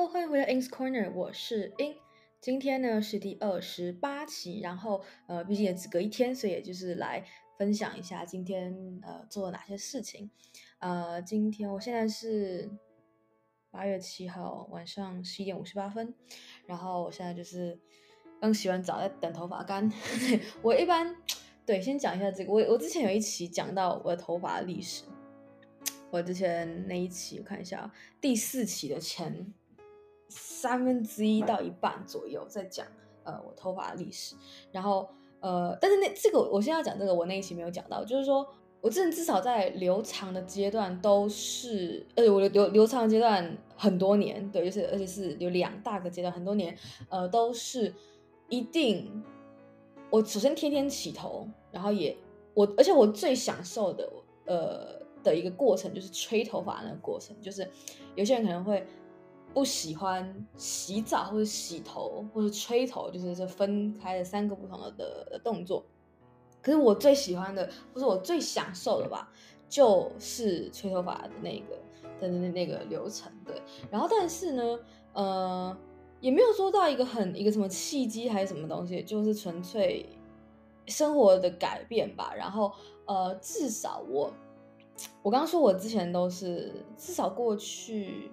欢迎回到 Ins Corner，我是 In。今天呢是第28期，然后毕竟也只隔一天，所以也就是来分享一下今天做了哪些事情。今天我现在是8月7号晚上11点58分，然后我现在就是刚洗完澡，在等头发干。我一般对，先讲一下这个，我之前有一期讲到我的头发的历史。我之前那一期我看一下，第4期的前1/3到一半左右在讲我头发的历史，然后但是这个我现在要讲这个，我那一期没有讲到，就是说我之前至少在留长的阶段都是，我留长的阶段很多年，对，就是而且是有2大个阶段很多年，都是一定，我首先天天洗头，然后而且我最享受的一个过程就是吹头发那个过程，就是有些人可能会不喜欢洗澡或者洗头或者吹头，就是这分开的3个不同的动作。可是我最喜欢的或者我最享受的吧，就是吹头发的那个流程，对。然后但是呢，也没有说到一个什么契机还是什么东西，就是纯粹生活的改变吧。然后至少我刚刚说我之前都是至少过去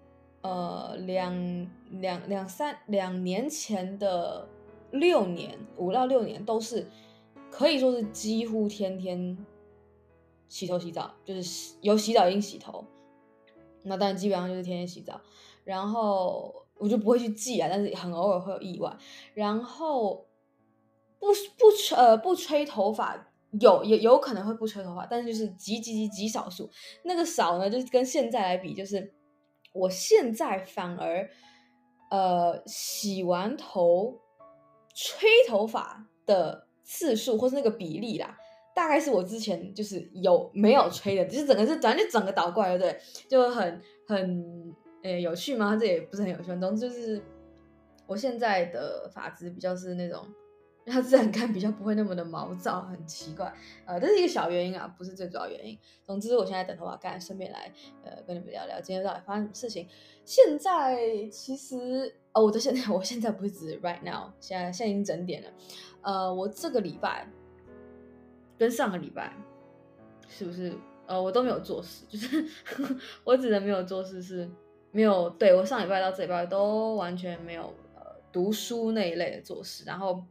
两年前的5到6年都是可以说是几乎天天洗头洗澡，就是有洗澡一定洗头。那当然基本上就是天天洗澡，然后我就不会去记啊，但是很偶尔会有意外。然后不吹头发，有可能会不吹头发，但是就是极少数。那个少呢，就是跟现在来比，就是我现在反而洗完头吹头发的次数或是那个比例啦，大概是我之前就是没有吹的，就是反正就整个倒过来，对不对？就很有趣吗？这也不是很有趣，总之就是我现在的发质比较是那种让它自然干，比较不会那么的毛躁，很奇怪。这是一个小原因啊，不是最主要原因。总之，我现在等头发干，顺便来跟你们聊聊今天到底发生什么事情。现在其实我现在不是指 right now，现在已经整点了。我这个礼拜跟上个礼拜是不是我都没有做事，就是我指的没有做事是没有，对，我上礼拜到这礼拜都完全没有读书那一类的做事，然后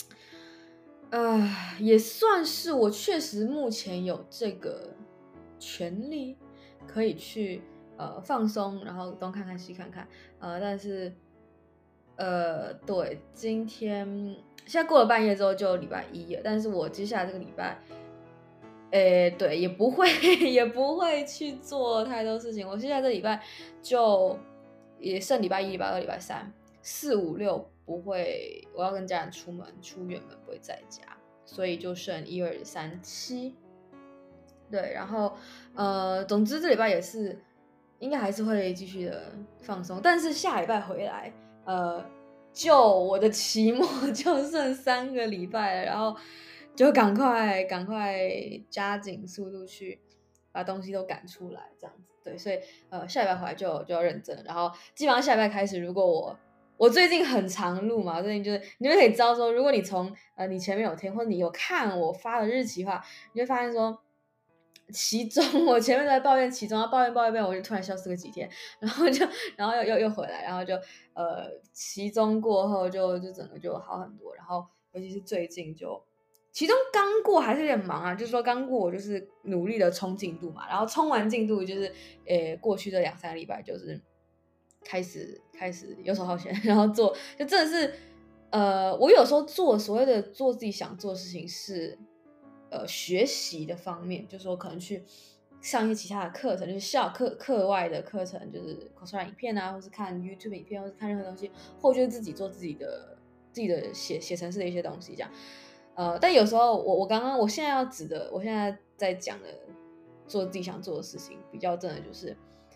也算是我确实目前有这个权利可以去放松，然后东看看西看看，但是对，现在过了半夜之后就礼拜一了，但是我接下来这个礼拜，对，也不会也不会去做太多事情。我现在这礼拜就也剩礼拜一、礼拜二、礼拜三、4、5、6不会，我要跟家人出远门不会在家，所以就剩1、2、3、7。对，然后总之这礼拜也是应该还是会继续的放松，但是下礼拜回来，就我的期末就剩3个礼拜了，然后就赶快加紧速度去把东西都赶出来，这样子。对，所以下礼拜回来就要认真了，然后基本上下礼拜开始，如果我最近很常录嘛，最近就是你就可以知道说，如果你从你前面有听或者你有看我发的日期的话，你就发现说。其中我前面在抱怨其中，要抱怨，我就突然消失个几天，然后又回来，然后就期中过后就整个就好很多，然后尤其是最近期中刚过还是有点忙啊，就是说刚过我就是努力的冲进度嘛，然后冲完进度就是过去这2、3个礼拜就是开始游手好闲，然后做就真的是我有时候所谓的做自己想做的事情是。学习的方面，就是说可能去上一些其他的课程，就是课外的课程，就是 Coursera 影片啊，或是看 YouTube 影片，或是看任何东西，或就是自己做自己的写程式的一些东西这样。但有时候我现在在讲的做自己想做的事情，比较真的就是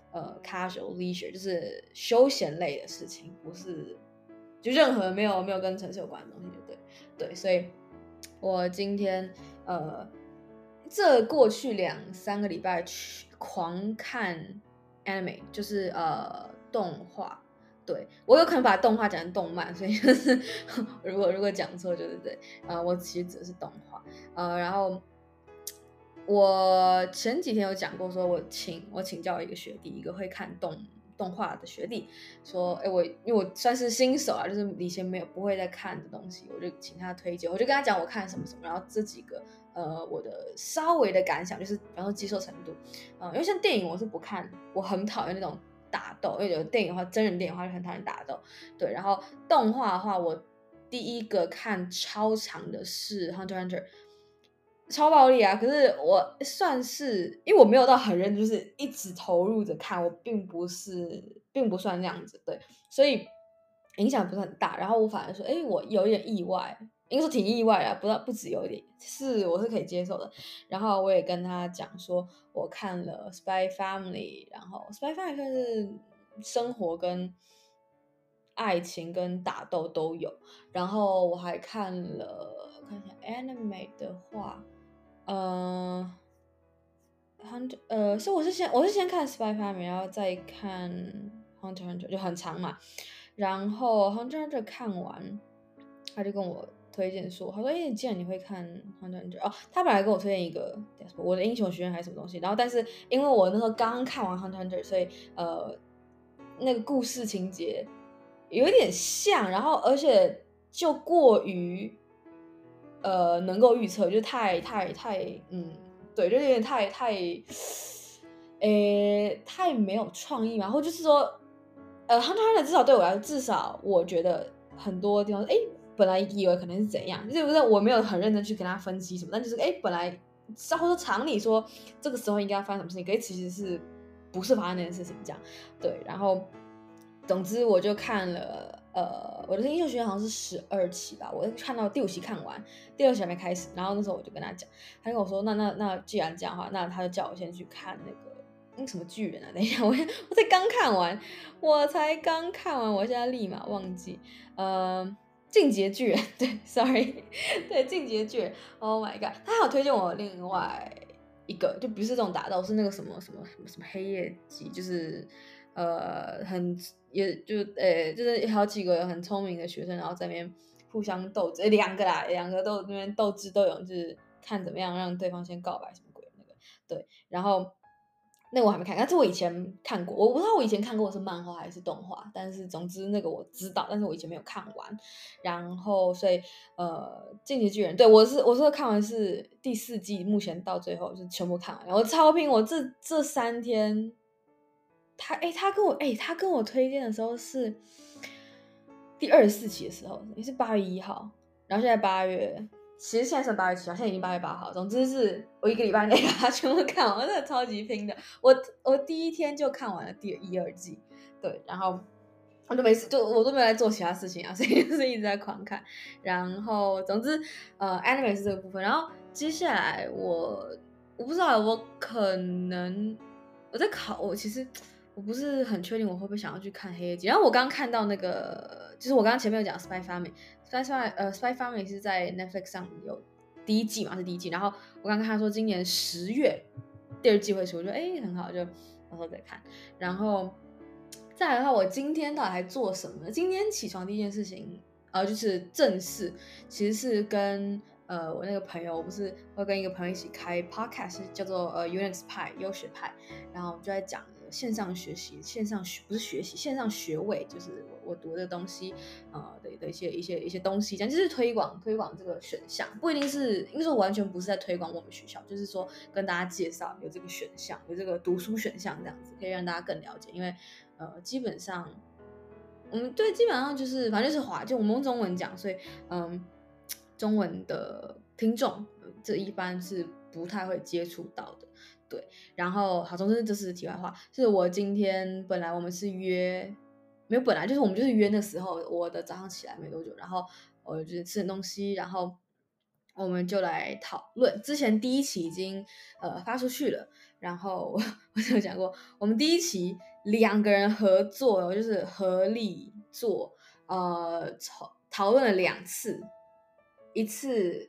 casual leisure，就是休闲类的事情，不是就任何没有跟程式有关的东西，就对，所以我今天这过去2、3个礼拜去狂看 anime，就是动画， 对，我有可能把动画讲成动漫，所以就是如果讲错就是对，我其实指的是动画，然后我前几天有讲过，说我请教一个学弟，一个会看动画的学弟，说，因为我算是新手啊，就是以前不会再看的东西，我就请他推荐，我就跟他讲我看什么什么，然后这几个我的稍微的感想，就是比方说接受程度，因为像电影我是不看，我很讨厌那种打斗，因为有电影的话，真人电影的话就很讨厌打斗，对，然后动画的话，我第一个看超长的是《Hunter x Hunter》。超暴力啊！可是我算是，因为我没有到很认真，就是一直投入着看，我并不算那样子，对，所以影响不是很大。然后我反而说，我有点意外，应该说挺意外啊，不止有一点，我是可以接受的。然后我也跟他讲说，我看了《Spy Family》，然后《Spy Family》算是生活跟爱情跟打斗都有。然后我还看看一下 anime 的话。所以我是先看《Spy Family》，然后再看《Hunter x Hunter》，就很长嘛。然后《Hunter x Hunter》看完，他就跟我推荐说，他说：既然你会看《Hunter x Hunter》，哦，他本来跟我推荐一个我的英雄学院还是什么东西，然后但是因为我那时候刚看完《Hunter x Hunter》，所以那个故事情节有一点像，然后而且就过于能够预测，就太对，就有点太没有创意嘛，然后就是说Hunter x Hunter 至少对我来说，至少我觉得很多地方，本来以为可能是怎样，就是不是我没有很认真去跟他分析什么，但就是本来或者说常理说这个时候应该要发生什么事情，可是其实是不是发生那件事情这样，对，然后总之我就看了。我的英雄学院好像是12期吧，我看到第5期看完，第2期还没开始，然后那时候我就跟他讲，他跟我说，那既然这样的话，那他就叫我先去看那个什么巨人啊，等一下，我才刚看完，我现在立马忘记，进阶巨人，对，sorry，对，进阶巨人 ，Oh my god，他还有推荐我另外一个，就不是这种打斗，是那个什么黑夜姬，就是就是好几个很聪明的学生，然后在那边互相斗智，两个都那边斗智斗勇，就是看怎么样让对方先告白什么鬼那个，对，然后那个我还没看，但是我以前看过，我不知道我以前看过的是漫画还是动画，但是总之那个我知道，但是我以前没有看完，然后所以进击巨人，对，我是看完是第4季，目前到最后是全部看完，我超拼，我这3天。他跟我推荐的时候是第24期的时候，也是8月1号，然后现在8月，其实现在是8月7号，现在已经8月8号，总之是我1个礼拜内把它全部看完，我真的超级拼的。我第1天就看完了第1、2季，对，然后我都没有在做其他事情啊，所以就是一直在狂看。然后总之anime 是这个部分，然后接下来我不知道，我可能我在考，其实我不是很确定我会不会想要去看黑夜姬。然后我刚刚看到那个，就是我刚刚前面有讲 Spy Family，Spy Family 是在 Netflix 上有第1季嘛，是第1季。然后我刚刚看他说今年10月第2季会出，我觉得很好，就到时候再看。然后再来的话，我今天到底还做什么呢？今天起床第一件事情，就是正事，其实是跟我那个朋友，我不是会跟一个朋友一起开 podcast，叫做Unix 派优学派，然后我们就在讲线上学习，不是学习，线上学位，就是我读的东西的一些东西，讲就是推广这个选项，不一定是，应该说完全不是在推广我们学校，就是说跟大家介绍有这个选项，有这个读书选项这样子，可以让大家更了解，因为基本上。基本上就是反正就是就我们用中文讲，所以中文的听众这一般是不太会接触到的，对。然后好，总之这是题外话，就是我今天本来我们是约，没有本来就是我们就是约那时候我的早上起来没多久，然后我就是吃点东西，然后我们就来讨论。之前第1期已经发出去了，然后我就讲过，我们第1期2个人合作，就是合力做，讨论了2次，一次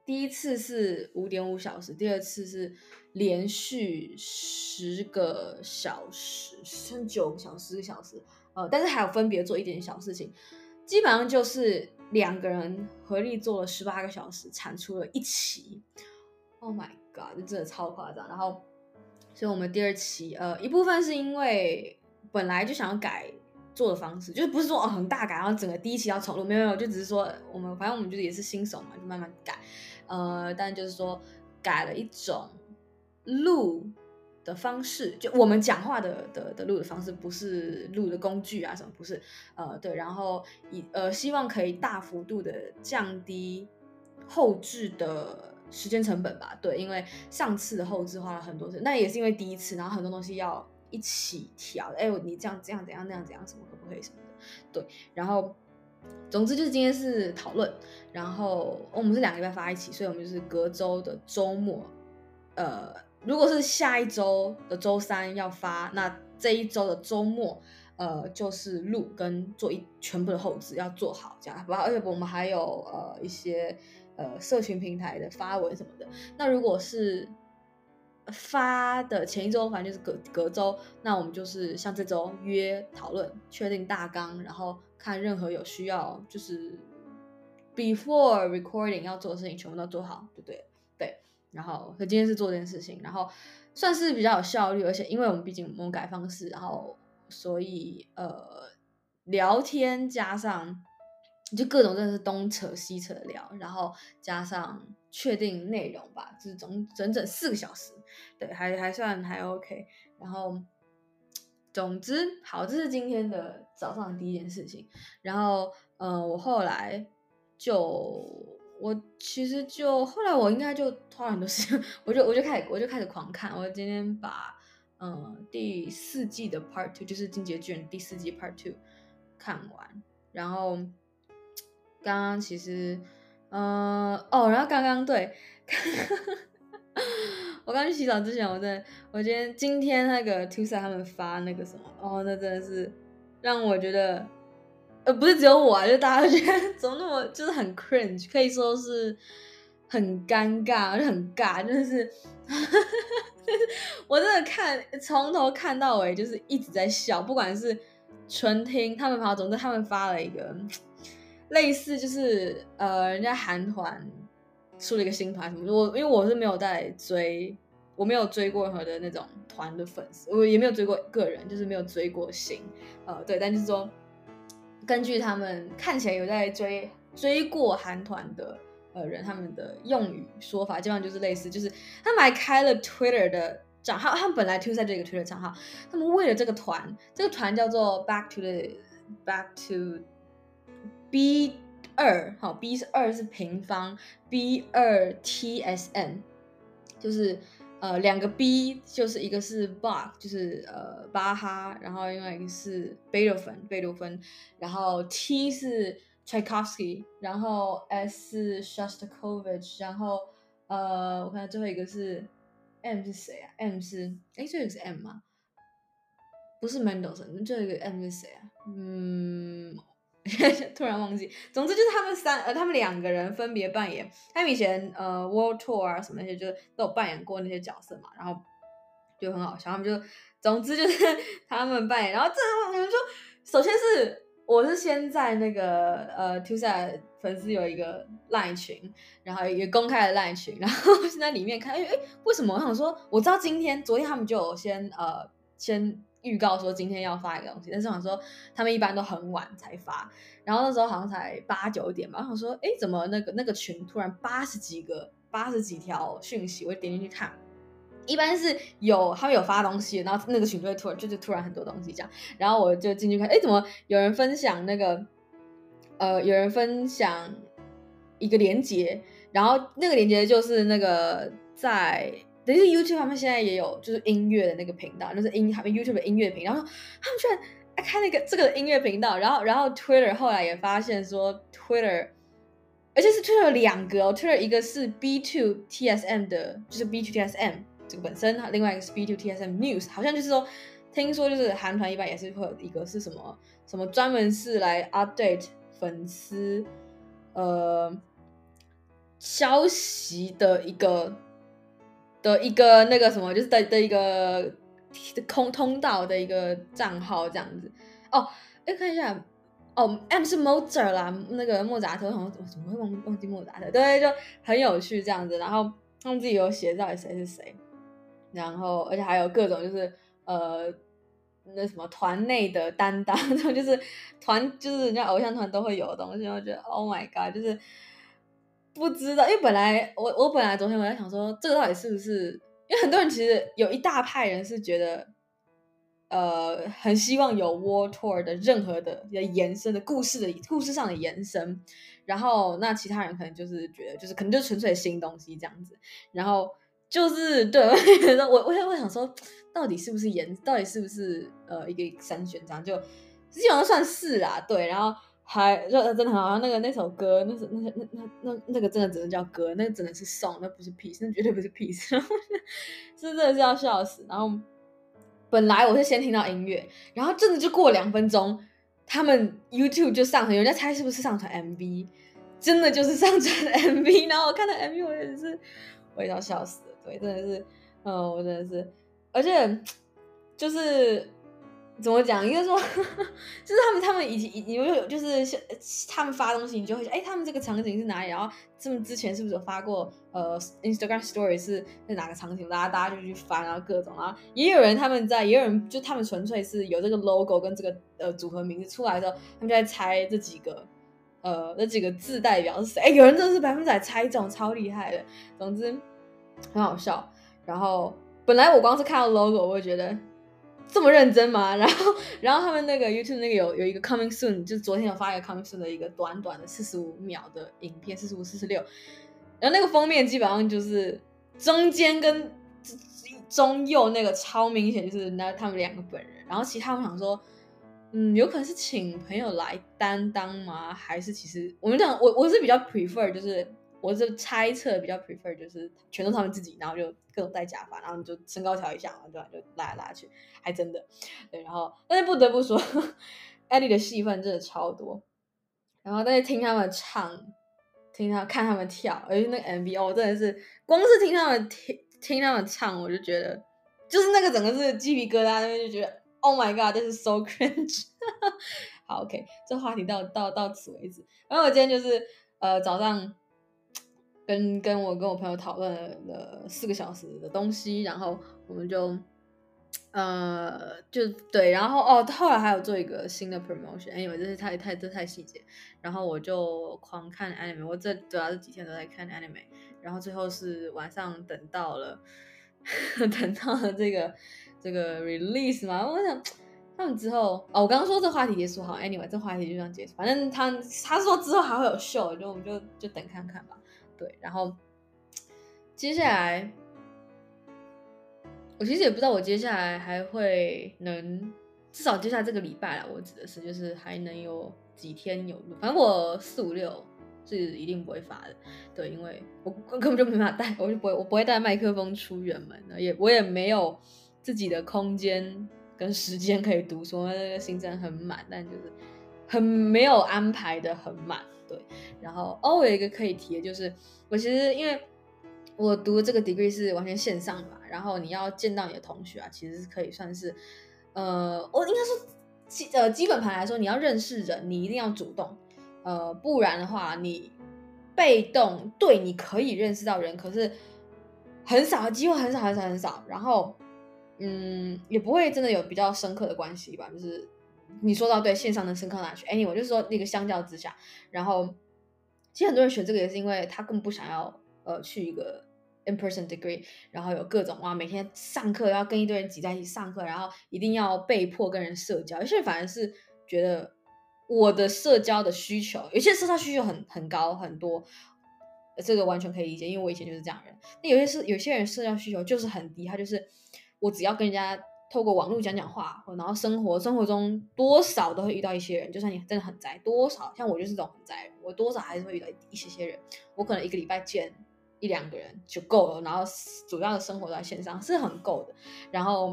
第一次是5.5小时，第二次是连续10个小时，剩9个小时、10个小时，但是还有分别做一点小事情，基本上就是2个人合力做了18个小时，产出了1期。Oh my god， 这真的超夸张。然后，所以我们第2期，一部分是因为本来就想要改做的方式，就是不是说很大改，然后整个第1期要重录，没有，就只是说反正我们就是也是新手嘛，就慢慢改。但就是说改了一种录的方式，就我们讲话的录的方式，不是录的工具啊什么，不是，对，然后希望可以大幅度的降低后置的时间成本吧，对，因为上次的后置花了很多次，那也是因为第1次，然后很多东西要一起调，你这样怎样那样怎样什么可不可以什么的，对，然后总之就是今天是讨论，然后我们是2个礼拜发一期，所以我们就是隔周的周末，如果是下一周的周3要发，那这一周的周末，就是录跟做全部的后置要做好这样，而且我们还有一些社群平台的发文什么的。那如果是发的前一周，反正就是隔周，那我们就是像这周约讨论，确定大纲，然后看任何有需要，就是 before recording 要做的事情全部都做好，对不对？对。然后今天是做这件事情，然后算是比较有效率，而且因为我们毕竟魔改方式，然后所以聊天加上就各种真的是东扯西扯的聊，然后加上确定内容吧，就是整整4个小时，对，还算还 OK。然后总之好，这是今天的早上的第一件事情。然后我后来其实后来我应该就花了很多时间，我就开始狂看。我今天把第4季的 Part 2，就是进阶巨人第4季 Part 2看完。然后刚刚其实然后刚刚对，我刚去洗澡之前，我今天那个 Tusa 他们发那个什么，那真的是让我觉得。不是只有我啊，就大家都觉得怎么那么就是很 cringe， 可以说是很尴尬，就很尬，真的是，我真的从头看到尾，就是一直在笑，不管是纯听他们发，总之他们发了一个类似就是人家韩团出了一个新团什么，因为我是没有在追。我没有追过任何的那种团的粉丝，我也没有追过个人，就是没有追过星，对，但就是说。根据他们看起来有在追过韩团的人，他们的用语说法，基本上就是类似，就是他们还开了 Twitter 的账号，他们本来 Tuesday 这个 Twitter 账号，他们为了这个团叫做 Back to B2， 好 B 是2是平方 B2TSM， 就是2个 B， 就是一个是 Bach， 就是巴哈，然后另外一个是贝多芬，然后 T 是 Tchaikovsky， 然后 S 是 Shostakovich， 然后我看最后一个是 M 是谁啊 ？M 是最后一个是 M 吗？不是 Mendelssohn， 最后一个 M 是谁啊？突然忘记。总之就是他们2个人分别扮演，他们以前World Tour 啊什么那些，就都有扮演过那些角色嘛，然后就很好笑。他们总之就是他们扮演，然后我们首先是我是先在那个Tusa 粉丝有一个 LINE 群，然后也公开的 LINE 群，然后现在里面看，为什么？我想说，我知道昨天他们就有先预告说今天要发一个东西，但是我想说他们一般都很晚才发，然后那时候好像才8、9点吧，我想说怎么那个群突然80几条讯息，我就点进去看，一般是他们有发东西，然后那个群就会突然很多东西这样，然后我就进去看，怎么有人分享有人分享一个连结，然后那个连结就是那个等于是 YouTube 他们现在也有就是音乐的那个频道，就是他们 YouTube 的音乐频道，然后他们居然开这个音乐频道，然后 Twitter 后来也发现说 Twitter， 而且是 Twitter 2个Twitter 一个是 B2TSM 的，就是 B2TSM 这个本身，另外一个是 B2TSM News， 好像就是说听说就是韩团一般也是会有一个是什么专门是来 update 粉丝消息的一个那个什么，就是的一个通道的一个账号这样子。哦，看一下，哦 ，M 是 Mozart 啦，那个莫扎特，我怎么会忘记莫扎特？对，就很有趣这样子。然后他们自己有写到底谁是谁，然后而且还有各种就是那什么团内的担当，就是就是人家偶像团都会有的东西。我觉得 Oh my God， 就是不知道，因为我本来昨天我在想说，这个到底是不是？因为很多人其实有一大派人是觉得，很希望有 World Tour 的任何的延伸的故事上的延伸，然后那其他人可能就是觉得，就是可能就纯粹新东西这样子，然后就是对，我想说，到底是不是一个筛选这样，就基本上算是啦，对，然后还就真的很好像那首歌，那个真的只能叫歌，那个真的是 song， 那不是 piece， 那绝对不是 piece， 然后是真的是要笑死。然后本来我是先听到音乐，然后真的就过2分钟，他们 YouTube 就上传，有人在猜是不是上传 MV， 真的就是上传 MV， 然后我看到 MV 我也要笑死了，对，真的是，我真的是，而且就是怎么讲，应该说就是他们以有就是他们发东西，你就会想，他们这个场景是哪里？然后他们之前是不是有发过Instagram Story 是哪个场景？大家就去翻，然后各种，然后也有人就他们纯粹是有这个 logo 跟这个组合名字出来的时候，他们就在猜这几个字代表是谁。有人真的是100%猜中，超厉害的。总之很好笑。然后本来我光是看到 logo， 我就觉得这么认真吗？然后他们那个 YouTube 那个有一个 Coming Soon， 就是昨天有发一个 Coming Soon 的一个短短的45秒的影片，45、46，然后那个封面基本上就是中间跟中右那个超明显就是他们2个本人，然后其他我想说，有可能是请朋友来担当吗？还是其实我是比较 prefer 就是。我是猜测比较 prefer 就是全都他们自己，然后就各种戴假发，然后你就身高调一下，然后就拉来拉去，还真的对。然后但是不得不说，Eddie 的戏份真的超多，然后但是听他们唱，看他们跳，而且那个 MV 真的是光是听他们唱，我就觉得就是那个整个是鸡皮疙瘩，那边就觉得 Oh my God， this is so cringe 好 OK， 这话题到此为止。然后我今天就是早上。跟我朋友讨论了4个小时的东西，然后我们就就对，然后后来还有做一个新的 promotion，anyway， 这太细节，然后我就狂看 anime， 我主要这几天都在看 anime， 然后最后是晚上等到了这个 release 嘛，我想他们之后我刚刚说这话题结束好 ，anyway， 这话题就这样结束，反正他说之后还会有秀，我们就等看看吧。对，然后接下来我其实也不知道我接下来还会至少接下来这个礼拜啦，我指的是就是还能有几天有录，反正我4、5、6是一定不会发的。对，因为我根本就没办法带，我不会带麦克风出远门的，我也没有自己的空间跟时间可以读书，那个行程很满，但就是很没有安排的很满。对，然后我有一个可以提的就是，我其实因为我读的这个 degree 是完全线上嘛，然后你要见到你的同学啊，其实是可以算是我应该说基本盘来说，你要认识人，你一定要主动，不然的话你被动，对，你可以认识到人，可是很少，机会很少，然后也不会真的有比较深刻的关系吧，就是你说到对线上能深刻哪去？anyway，就是说那个相较之下，然后其实很多人选这个也是因为他根本不想要去一个 in-person degree， 然后有各种每天上课要跟一堆人挤在一起上课，然后一定要被迫跟人社交。有些人反而是觉得我的社交的需求，有些社交需求很高很多，这个完全可以理解，因为我以前就是这样的人。那有些人社交需求就是很低，他就是我只要跟人家透过网络讲话，然后生活中多少都会遇到一些人，就算你真的很宅，多少像我就是这种很宅人，我多少还是会遇到一些人，我可能1个礼拜见1、2个人就够了，然后主要的生活都在线上是很够的。然后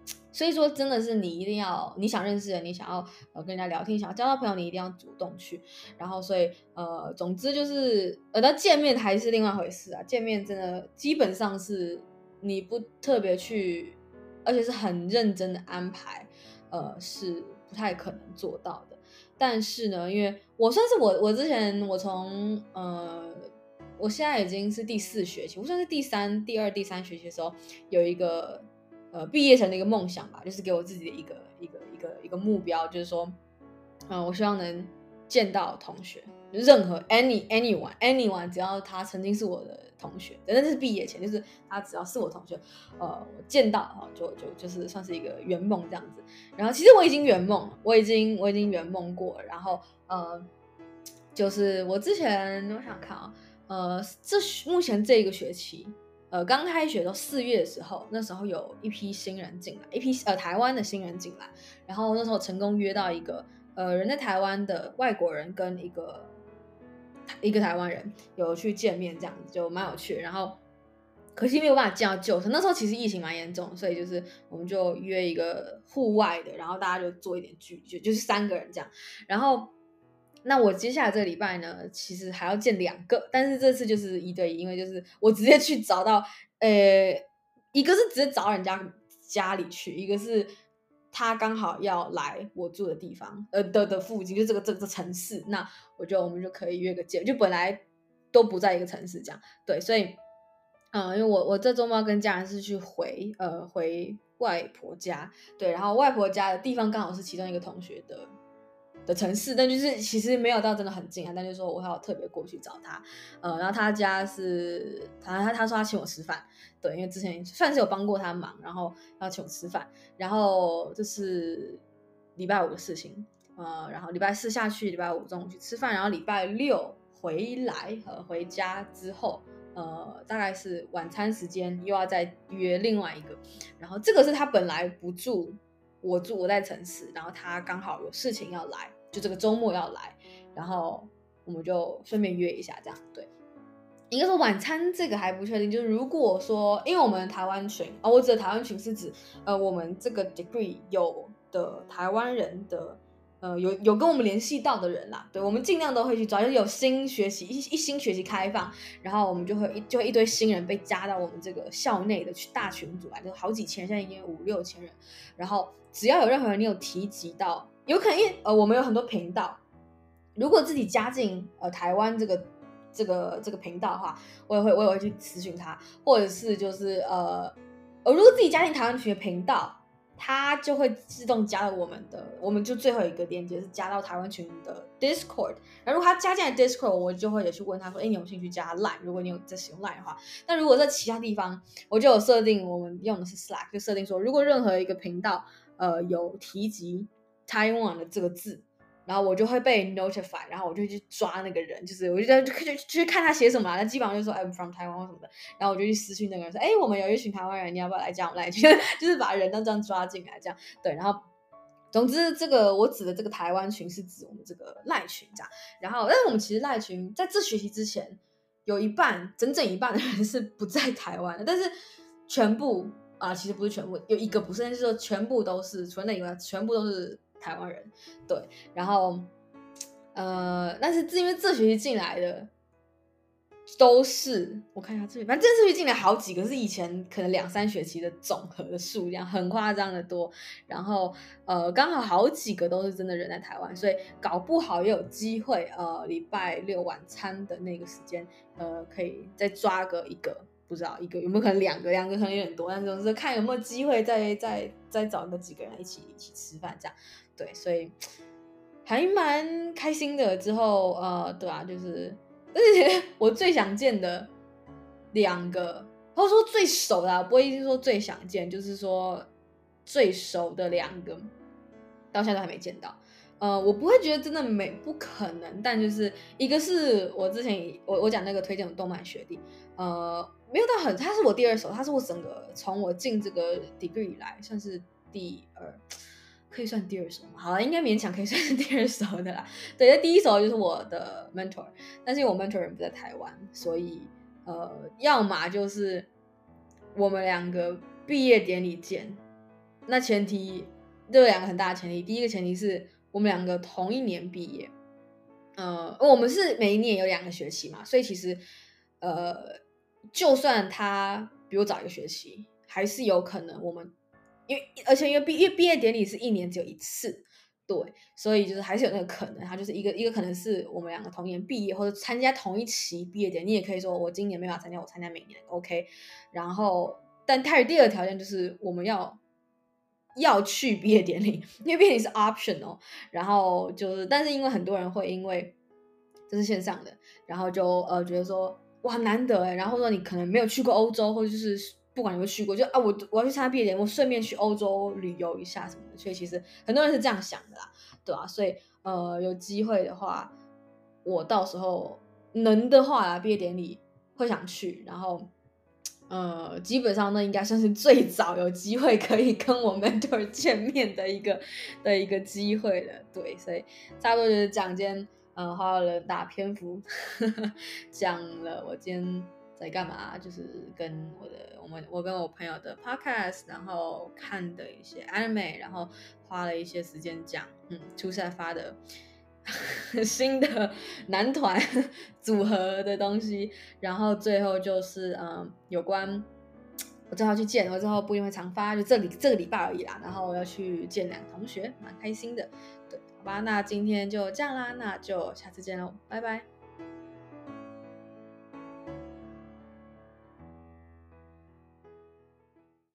所以说真的是你一定要，你想认识人，你想要跟人家聊天，想要交到朋友，你一定要主动去。然后所以总之就是那见面还是另外一回事啊。见面真的基本上是你不特别去，而且是很认真的安排，是不太可能做到的。但是呢，因为我算是我之前我从我现在已经是第4学期，我算是第二、第三学期的时候有一个毕业前的一个梦想吧，就是给我自己的一个目标，就是说，我希望能见到同学，任何 anyone，只要他曾经是我的同学，真的是毕业前，就是他只要是我同学，我见到哈，就是算是一个圆梦这样子。然后其实我已经圆梦了，我已经圆梦过了。然后就是我之前我想看啊，目前这个学期。刚开学都4月的时候，那时候有一批新人进来，一批台湾的新人进来，然后那时候成功约到一个人在台湾的外国人跟一个台湾人有去见面，这样子就蛮有趣的。然后可惜没有办法见到旧生，那时候其实疫情蛮严重，所以就是我们就约一个户外的，然后大家就做一点距离，就是3个人这样，然后。那我接下来这个礼拜呢，其实还要见2个，但是这次就是1对1，因为就是我直接去找到，一个是直接找人家家里去，一个是他刚好要来我住的地方，的附近，就这个城市，那我们就可以约个见，就本来都不在一个城市这样，对，所以，因为我这周末要跟家人是去回外婆家，对，然后外婆家的地方刚好是其中一个同学的城市，但就是其实没有到真的很近啊，但就是说我要特别过去找他，然后他家是他说他请我吃饭，对，因为之前算是有帮过他忙，然后要请我吃饭，然后这是礼拜5的事情，然后礼拜4下去，礼拜5中午去吃饭，然后礼拜6回来回家之后。大概是晚餐时间又要再约另外一个，然后这个是他本来不住，我在城市，然后他刚好有事情要来，就这个周末要来，然后我们就顺便约一下，这样对。应该说晚餐这个还不确定，就是如果说，因为我们台湾群我指的台湾群是指我们这个 degree 有的台湾人的。有跟我们联系到的人啦，对，我们尽量都会去抓，就是有新学期新学期开放，然后我们就会一堆新人被加到我们这个校内的大群组来，就好几千，现在已经有5、6千人。然后只要有任何人你有提及到，有可能因为我们有很多频道，如果自己加进台湾这个频道的话，我也会去咨询他，或者是就是如果自己加进台湾群的频道。它就会自动加了我们就最后一个链接是加到台湾群的 Discord， 然后如果他加进来 Discord， 我就会也去问他说，你有兴趣加 Line？ 如果你有在使用 Line 的话，但如果在其他地方，我就有设定，我们用的是 Slack， 就设定说，如果任何一个频道有提及 Taiwan 的这个字。然后我就会被 notify， 然后我就去抓那个人，就是我就去看他写什么那基本上就说 I'm from Taiwan 或什么的，然后我就去私讯那个人说，我们有一群台湾人，你要不要来加我们来去，就是把人都这样抓进来，这样对，然后。总之，这个我指的这个台湾群是指我们这个赖群这样，然后，但是我们其实赖群在这学期之前有整整一半的人是不在台湾的，但是全部其实不是全部，有一个不是，但是说全部都是，除了那以外，全部都是台湾人，对，然后但是因为这学期进来的都是，我看一下反正这学期进来好几个是以前可能2、3学期的总和的数量，很夸张的多，然后刚好好几个都是真的人在台湾，所以搞不好也有机会礼拜6晚餐的那个时间可以再抓个一个。不知道一个有没有可能2个可能有点多，但总是看有没有机会再找个几个人一起吃饭这样，对，所以还蛮开心的。之后对啊，就是而且我最想见的2个，或者说最熟的不会一定说最想见，就是说最熟的2个，到现在都还没见到。我不会觉得真的不可能，但就是一个是我之前我讲那个推荐的动漫学弟，没有到他是我第2首，他是我整个从我进这个 degree 以来算是可以算第2首吗？好了，应该勉强可以算是第2首的啦。对，那第1首就是我的 mentor， 但是因为我 mentor 人不在台湾，所以要么就是我们2个毕业典礼见， 那前提有两个很大的前提，第一个前提是我们两个同一年毕业，我们是每一年有2个学期嘛，所以其实就算他比我早1个学期，还是有可能我们因为毕业典礼是1年只有1次。对，所以就是还是有那个可能，他就是一个可能是我们两个同年毕业，或者参加同一期毕业典礼。你也可以说我今年没办法参加，我参加明年 OK。然后，但他有第2个条件就是我们要去毕业典礼，因为毕业典礼是 optional。然后就是，但是因为很多人会因为这是线上的，然后就觉得说哇难得哎，然后说你可能没有去过欧洲，或者就是不管有没有去过，就啊我要去参加毕业典礼，我顺便去欧洲旅游一下什么的。所以其实很多人是这样想的啦，对啊，所以有机会的话，我到时候能的话啦，毕业典礼会想去，然后基本上那应该算是最早有机会可以跟我 mentor 见面的一个机会了。对，所以差不多就是讲今天花了大篇幅讲了我今天在干嘛，就是跟我跟我朋友的 podcast，然后看的一些 anime，然后花了一些时间讲初赛发的新的男团组合的东西，然后最后就是有关我之后去见，我之后不一定会常发，就这个礼拜而已啦。然后我要去见2个同学，蛮开心的。对，好吧，那今天就这样啦，那就下次见喽，拜拜。